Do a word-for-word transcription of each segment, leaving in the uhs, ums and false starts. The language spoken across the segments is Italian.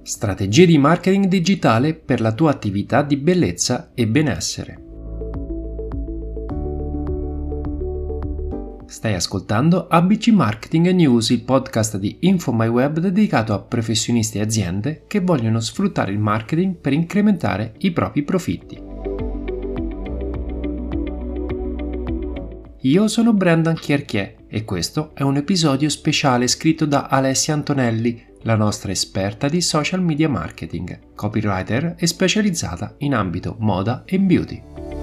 Strategie di marketing digitale per la tua attività di bellezza e benessere. Stai ascoltando A B C Marketing News, il podcast di InfoMyWeb dedicato a professionisti e aziende che vogliono sfruttare il marketing per incrementare i propri profitti. Io sono Brendan Chierchier e questo è un episodio speciale scritto da Alessia Antonelli, la nostra esperta di social media marketing, copywriter e specializzata in ambito moda e beauty.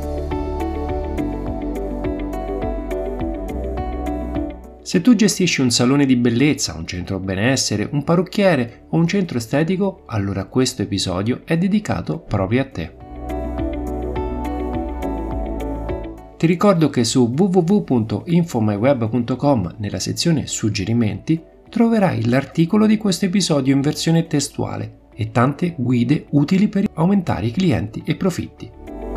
Se tu gestisci un salone di bellezza, un centro benessere, un parrucchiere o un centro estetico, allora questo episodio è dedicato proprio a te. Ti ricordo che su w w w punto infomyweb punto com, nella sezione Suggerimenti, troverai l'articolo di questo episodio in versione testuale e tante guide utili per aumentare i clienti e profitti.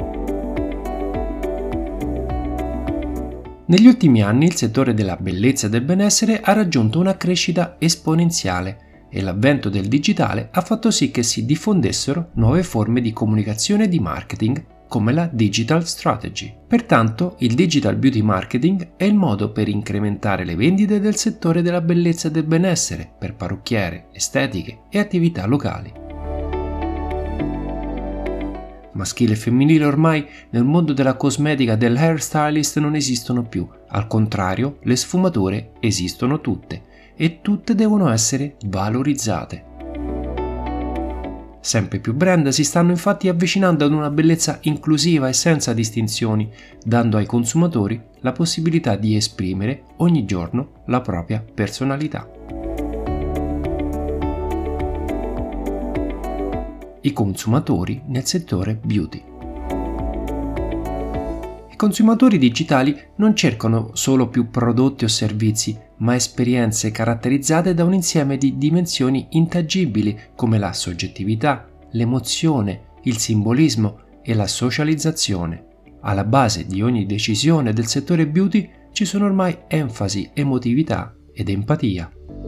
Negli ultimi anni il settore della bellezza e del benessere ha raggiunto una crescita esponenziale e l'avvento del digitale ha fatto sì che si diffondessero nuove forme di comunicazione e di marketing come la digital strategy. Pertanto, il digital beauty marketing è il modo per incrementare le vendite del settore della bellezza e del benessere per parrucchiere, estetiche e attività locali. Maschile e femminile ormai nel mondo della cosmetica e del hairstylist non esistono più, al contrario le sfumature esistono tutte e tutte devono essere valorizzate. Sempre più brand si stanno infatti avvicinando ad una bellezza inclusiva e senza distinzioni, dando ai consumatori la possibilità di esprimere ogni giorno la propria personalità. I consumatori nel settore beauty. I consumatori digitali non cercano solo più prodotti o servizi, ma esperienze caratterizzate da un insieme di dimensioni intangibili come la soggettività, l'emozione, il simbolismo e la socializzazione. Alla base di ogni decisione del settore beauty ci sono ormai enfasi, emotività ed empatia.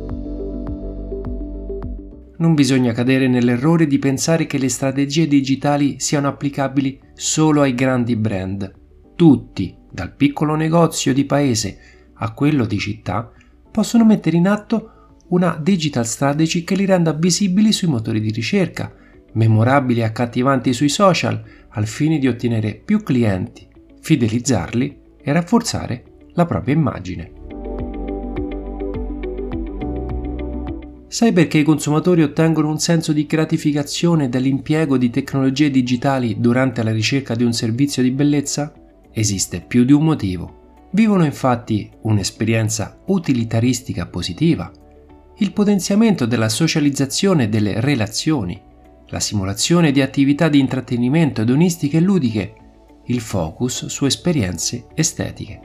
Non bisogna cadere nell'errore di pensare che le strategie digitali siano applicabili solo ai grandi brand. Tutti, dal piccolo negozio di paese a quello di città, possono mettere in atto una digital strategy che li renda visibili sui motori di ricerca, memorabili e accattivanti sui social, al fine di ottenere più clienti, fidelizzarli e rafforzare la propria immagine. Sai perché i consumatori ottengono un senso di gratificazione dall'impiego di tecnologie digitali durante la ricerca di un servizio di bellezza? Esiste più di un motivo. Vivono infatti un'esperienza utilitaristica positiva, il potenziamento della socializzazione delle relazioni, la simulazione di attività di intrattenimento edonistiche e ludiche, il focus su esperienze estetiche.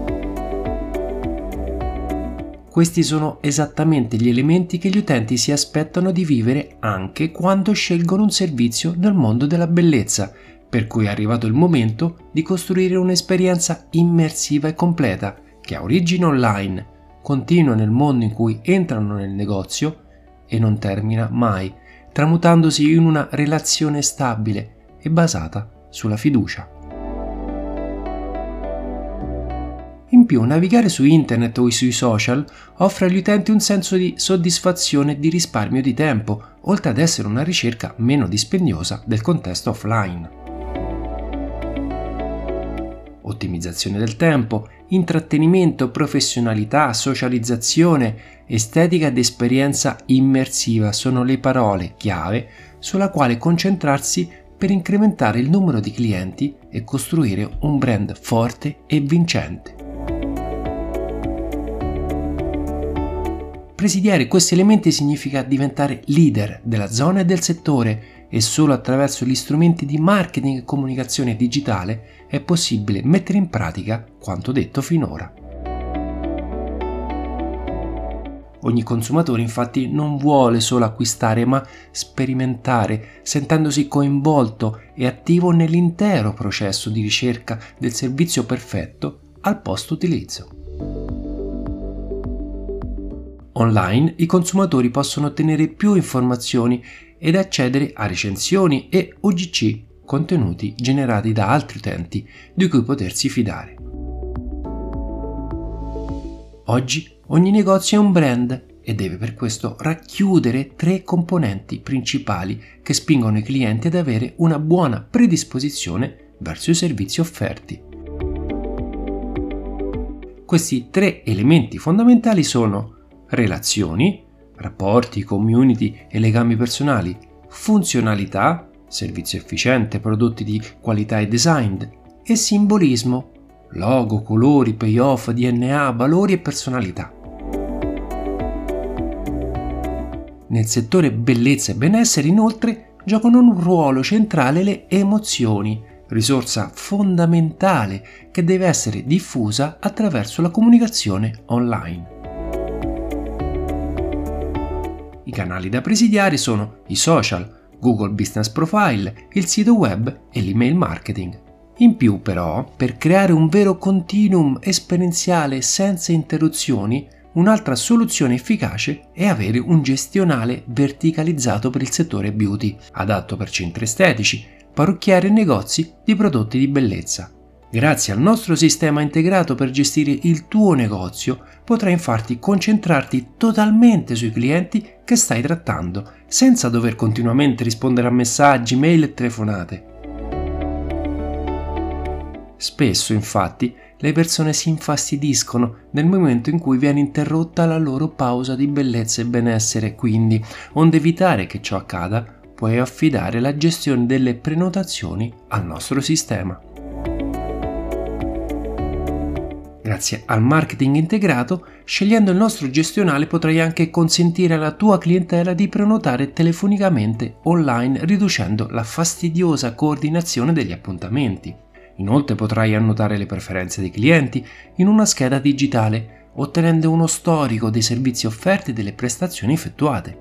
Questi sono esattamente gli elementi che gli utenti si aspettano di vivere anche quando scelgono un servizio nel mondo della bellezza, per cui è arrivato il momento di costruire un'esperienza immersiva e completa che ha origine online, continua nel mondo in cui entrano nel negozio e non termina mai, tramutandosi in una relazione stabile e basata sulla fiducia. In più, navigare su internet o sui social offre agli utenti un senso di soddisfazione e di risparmio di tempo, oltre ad essere una ricerca meno dispendiosa del contesto offline. Ottimizzazione del tempo, intrattenimento, professionalità, socializzazione, estetica ed esperienza immersiva sono le parole chiave sulla quale concentrarsi per incrementare il numero di clienti e costruire un brand forte e vincente. Presidiare questi elementi significa diventare leader della zona e del settore, e solo attraverso gli strumenti di marketing e comunicazione digitale è possibile mettere in pratica quanto detto finora. Ogni consumatore infatti non vuole solo acquistare, ma sperimentare, sentendosi coinvolto e attivo nell'intero processo di ricerca del servizio perfetto al post-utilizzo. Online i consumatori possono ottenere più informazioni ed accedere a recensioni e O G C, contenuti generati da altri utenti di cui potersi fidare. Oggi ogni negozio è un brand e deve per questo racchiudere tre componenti principali che spingono i clienti ad avere una buona predisposizione verso i servizi offerti. Questi tre elementi fondamentali sono relazioni, rapporti, community e legami personali, funzionalità, servizio efficiente, prodotti di qualità e design, e simbolismo, logo, colori, payoff, D N A, valori e personalità. Nel settore bellezza e benessere, inoltre, giocano un ruolo centrale le emozioni, risorsa fondamentale che deve essere diffusa attraverso la comunicazione online. I canali da presidiare sono i social, Google Business Profile, il sito web e l'email marketing. In più, però, per creare un vero continuum esperienziale senza interruzioni, un'altra soluzione efficace è avere un gestionale verticalizzato per il settore beauty, adatto per centri estetici, parrucchieri e negozi di prodotti di bellezza. Grazie al nostro sistema integrato per gestire il tuo negozio, potrai infatti concentrarti totalmente sui clienti che stai trattando, senza dover continuamente rispondere a messaggi, mail e telefonate. Spesso, infatti, le persone si infastidiscono nel momento in cui viene interrotta la loro pausa di bellezza e benessere, quindi, onde evitare che ciò accada, puoi affidare la gestione delle prenotazioni al nostro sistema. Grazie al marketing integrato, scegliendo il nostro gestionale potrai anche consentire alla tua clientela di prenotare telefonicamente online, riducendo la fastidiosa coordinazione degli appuntamenti. Inoltre potrai annotare le preferenze dei clienti in una scheda digitale, ottenendo uno storico dei servizi offerti e delle prestazioni effettuate.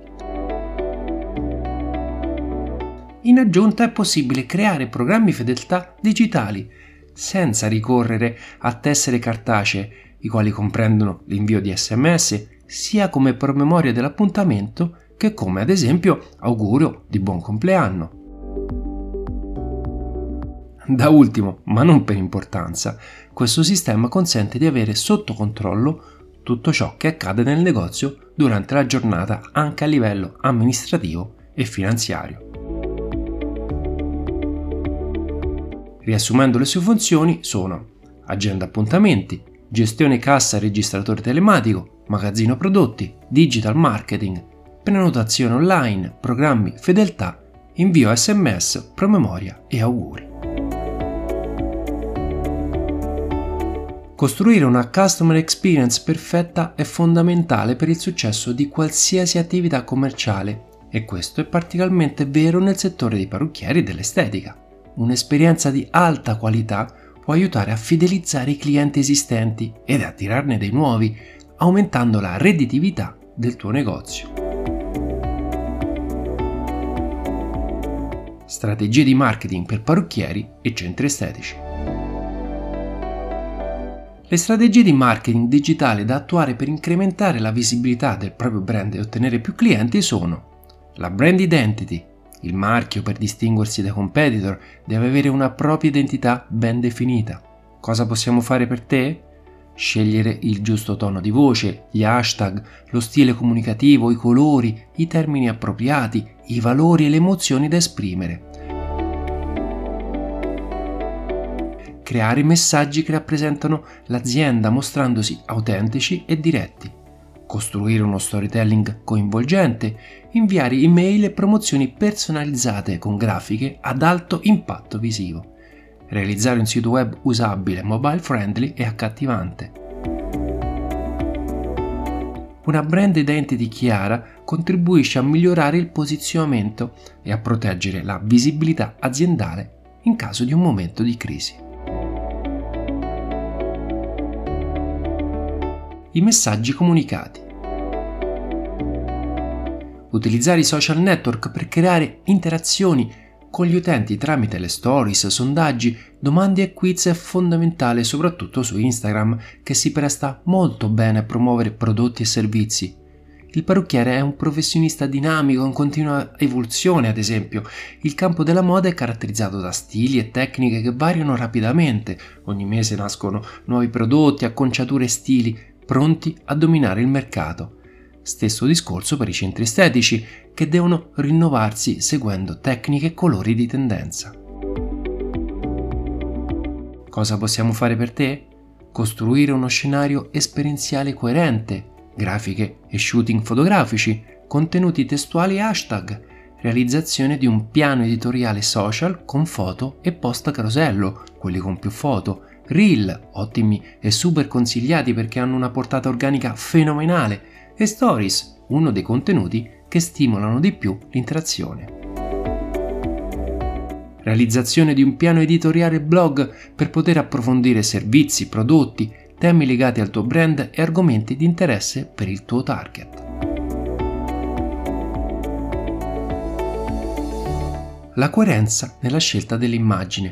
In aggiunta è possibile creare programmi fedeltà digitali, senza ricorrere a tessere cartacee, i quali comprendono l'invio di S M S sia come promemoria dell'appuntamento che come ad esempio augurio di buon compleanno. Da ultimo, ma non per importanza, questo sistema consente di avere sotto controllo tutto ciò che accade nel negozio durante la giornata anche a livello amministrativo e finanziario. Riassumendo, le sue funzioni sono agenda appuntamenti, gestione cassa e registratore telematico, magazzino prodotti, digital marketing, prenotazione online, programmi fedeltà, invio S M S, promemoria e auguri. Costruire una customer experience perfetta è fondamentale per il successo di qualsiasi attività commerciale e questo è particolarmente vero nel settore dei parrucchieri e dell'estetica. Un'esperienza di alta qualità può aiutare a fidelizzare i clienti esistenti ed attirarne dei nuovi, aumentando la redditività del tuo negozio. Strategie di marketing per parrucchieri e centri estetici. Le strategie di marketing digitale da attuare per incrementare la visibilità del proprio brand e ottenere più clienti sono la brand identity. Il marchio, per distinguersi dai competitor, deve avere una propria identità ben definita. Cosa possiamo fare per te? Scegliere il giusto tono di voce, gli hashtag, lo stile comunicativo, i colori, i termini appropriati, i valori e le emozioni da esprimere. Creare messaggi che rappresentano l'azienda mostrandosi autentici e diretti. Costruire uno storytelling coinvolgente, inviare email e promozioni personalizzate con grafiche ad alto impatto visivo. Realizzare un sito web usabile, mobile friendly e accattivante. Una brand identity chiara contribuisce a migliorare il posizionamento e a proteggere la visibilità aziendale in caso di un momento di crisi. I messaggi comunicati. Utilizzare i social network per creare interazioni con gli utenti tramite le stories, sondaggi, domande e quiz è fondamentale, soprattutto su Instagram, che si presta molto bene a promuovere prodotti e servizi. Il parrucchiere è un professionista dinamico in continua evoluzione, ad esempio. Il campo della moda è caratterizzato da stili e tecniche che variano rapidamente. Ogni mese nascono nuovi prodotti, acconciature e stili pronti a dominare il mercato. Stesso discorso per i centri estetici, che devono rinnovarsi seguendo tecniche e colori di tendenza. Cosa possiamo fare per te? Costruire uno scenario esperienziale coerente, grafiche e shooting fotografici, contenuti testuali e hashtag, realizzazione di un piano editoriale social con foto e post a carosello, quelli con più foto, reel, ottimi e super consigliati perché hanno una portata organica fenomenale, e stories, uno dei contenuti che stimolano di più l'interazione. Realizzazione di un piano editoriale blog per poter approfondire servizi, prodotti, temi legati al tuo brand e argomenti di interesse per il tuo target. La coerenza nella scelta dell'immagine.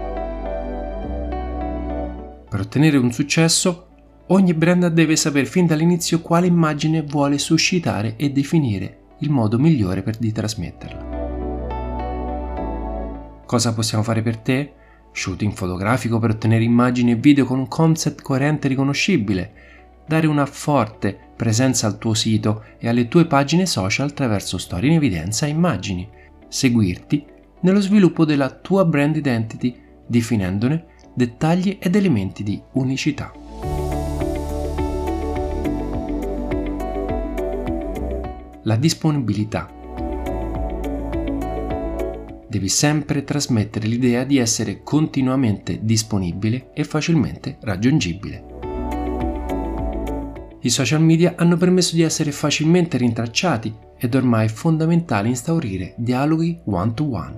Per ottenere un successo, ogni brand deve sapere fin dall'inizio quale immagine vuole suscitare e definire il modo migliore per di trasmetterla. Cosa possiamo fare per te? Shooting fotografico per ottenere immagini e video con un concept coerente e riconoscibile. Dare una forte presenza al tuo sito e alle tue pagine social attraverso storie in evidenza e immagini. Seguirti nello sviluppo della tua brand identity, definendone dettagli ed elementi di unicità. La disponibilità. Devi sempre trasmettere l'idea di essere continuamente disponibile e facilmente raggiungibile. I social media hanno permesso di essere facilmente rintracciati ed ormai è fondamentale instaurire dialoghi one-to-one.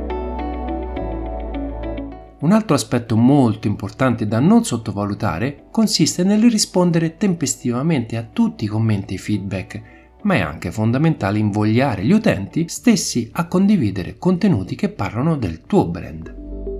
Un altro aspetto molto importante da non sottovalutare consiste nel rispondere tempestivamente a tutti i commenti e feedback, ma è anche fondamentale invogliare gli utenti stessi a condividere contenuti che parlano del tuo brand.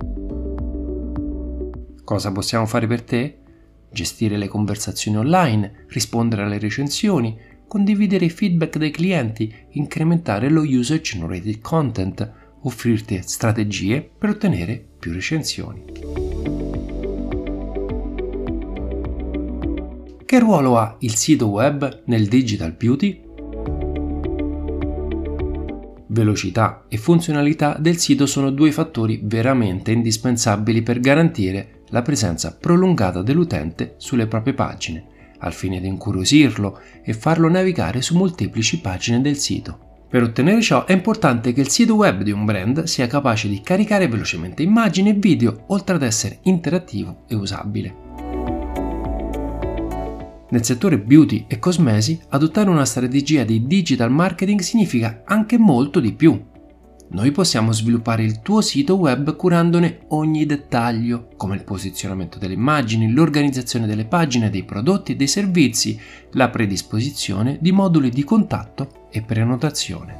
Cosa possiamo fare per te? Gestire le conversazioni online, rispondere alle recensioni, condividere i feedback dei clienti, incrementare lo user generated content, offrirti strategie per ottenere più recensioni. Che ruolo ha il sito web nel digital beauty? Velocità e funzionalità del sito sono due fattori veramente indispensabili per garantire la presenza prolungata dell'utente sulle proprie pagine, al fine di incuriosirlo e farlo navigare su molteplici pagine del sito. Per ottenere ciò è importante che il sito web di un brand sia capace di caricare velocemente immagini e video, oltre ad essere interattivo e usabile. Nel settore beauty e cosmesi, adottare una strategia di digital marketing significa anche molto di più. Noi possiamo sviluppare il tuo sito web curandone ogni dettaglio, come il posizionamento delle immagini, l'organizzazione delle pagine, dei prodotti e dei servizi, la predisposizione di moduli di contatto e prenotazione.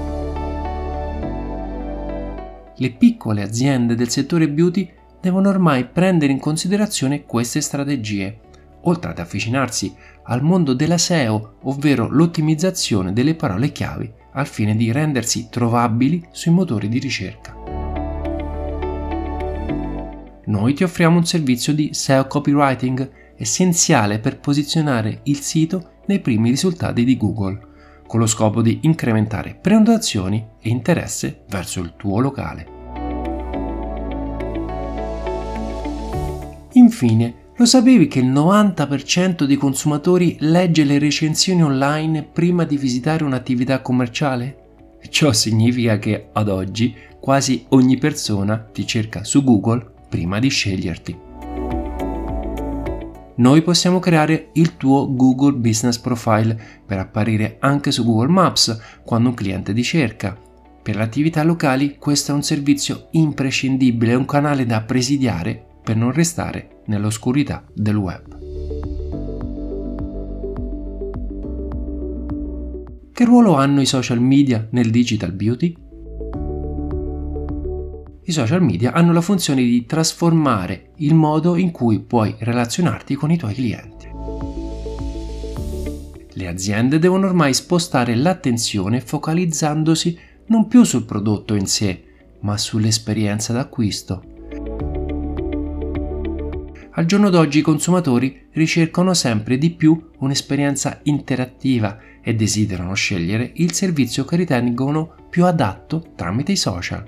Le piccole aziende del settore beauty devono ormai prendere in considerazione queste strategie, oltre ad avvicinarsi al mondo della S E O, ovvero l'ottimizzazione delle parole chiavi, al fine di rendersi trovabili sui motori di ricerca. Noi ti offriamo un servizio di S E O copywriting essenziale per posizionare il sito nei primi risultati di Google, con lo scopo di incrementare prenotazioni e interesse verso il tuo locale. Infine, lo sapevi che il novanta per cento dei consumatori legge le recensioni online prima di visitare un'attività commerciale? Ciò significa che ad oggi quasi ogni persona ti cerca su Google prima di sceglierti. Noi possiamo creare il tuo Google Business Profile per apparire anche su Google Maps quando un cliente ti cerca. Per le attività locali questo è un servizio imprescindibile, è un canale da presidiare per non restare nell'oscurità del web. Che ruolo hanno i social media nel digital beauty? I social media hanno la funzione di trasformare il modo in cui puoi relazionarti con i tuoi clienti. Le aziende devono ormai spostare l'attenzione focalizzandosi non più sul prodotto in sé, ma sull'esperienza d'acquisto. Al giorno d'oggi i consumatori ricercano sempre di più un'esperienza interattiva e desiderano scegliere il servizio che ritengono più adatto tramite i social.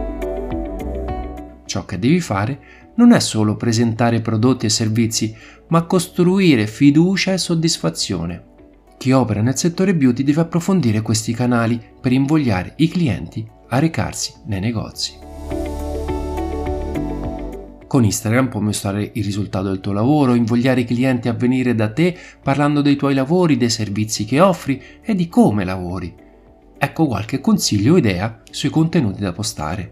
Ciò che devi fare non è solo presentare prodotti e servizi, ma costruire fiducia e soddisfazione. Chi opera nel settore beauty deve approfondire questi canali per invogliare i clienti a recarsi nei negozi. Con Instagram puoi mostrare il risultato del tuo lavoro, invogliare i clienti a venire da te parlando dei tuoi lavori, dei servizi che offri e di come lavori. Ecco qualche consiglio o idea sui contenuti da postare.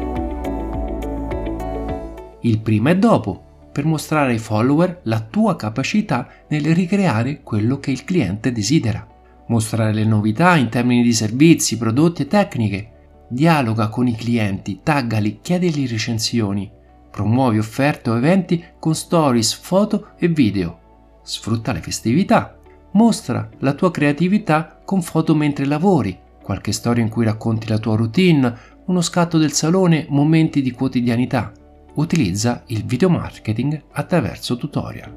Il prima e dopo, per mostrare ai follower la tua capacità nel ricreare quello che il cliente desidera. Mostrare le novità in termini di servizi, prodotti e tecniche. Dialoga con i clienti, taggali, chiedili recensioni. Promuovi offerte o eventi con stories, foto e video. Sfrutta le festività. Mostra la tua creatività con foto mentre lavori, qualche storia in cui racconti la tua routine, uno scatto del salone, momenti di quotidianità. Utilizza il video marketing attraverso tutorial.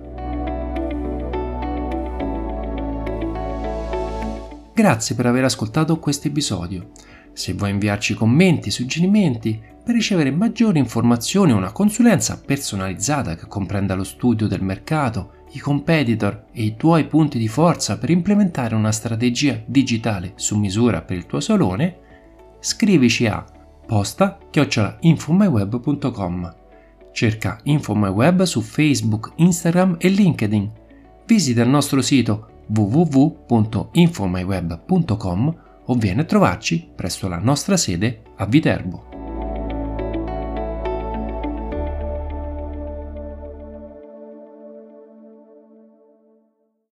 Grazie per aver ascoltato questo episodio. Se vuoi inviarci commenti e suggerimenti per ricevere maggiori informazioni o una consulenza personalizzata che comprenda lo studio del mercato, i competitor e i tuoi punti di forza per implementare una strategia digitale su misura per il tuo salone, scrivici a posta chiocciola infomyweb punto com. Cerca InfoMyWeb su Facebook, Instagram e LinkedIn. Visita il nostro sito w w w punto infomyweb punto com o vieni a trovarci presso la nostra sede a Viterbo.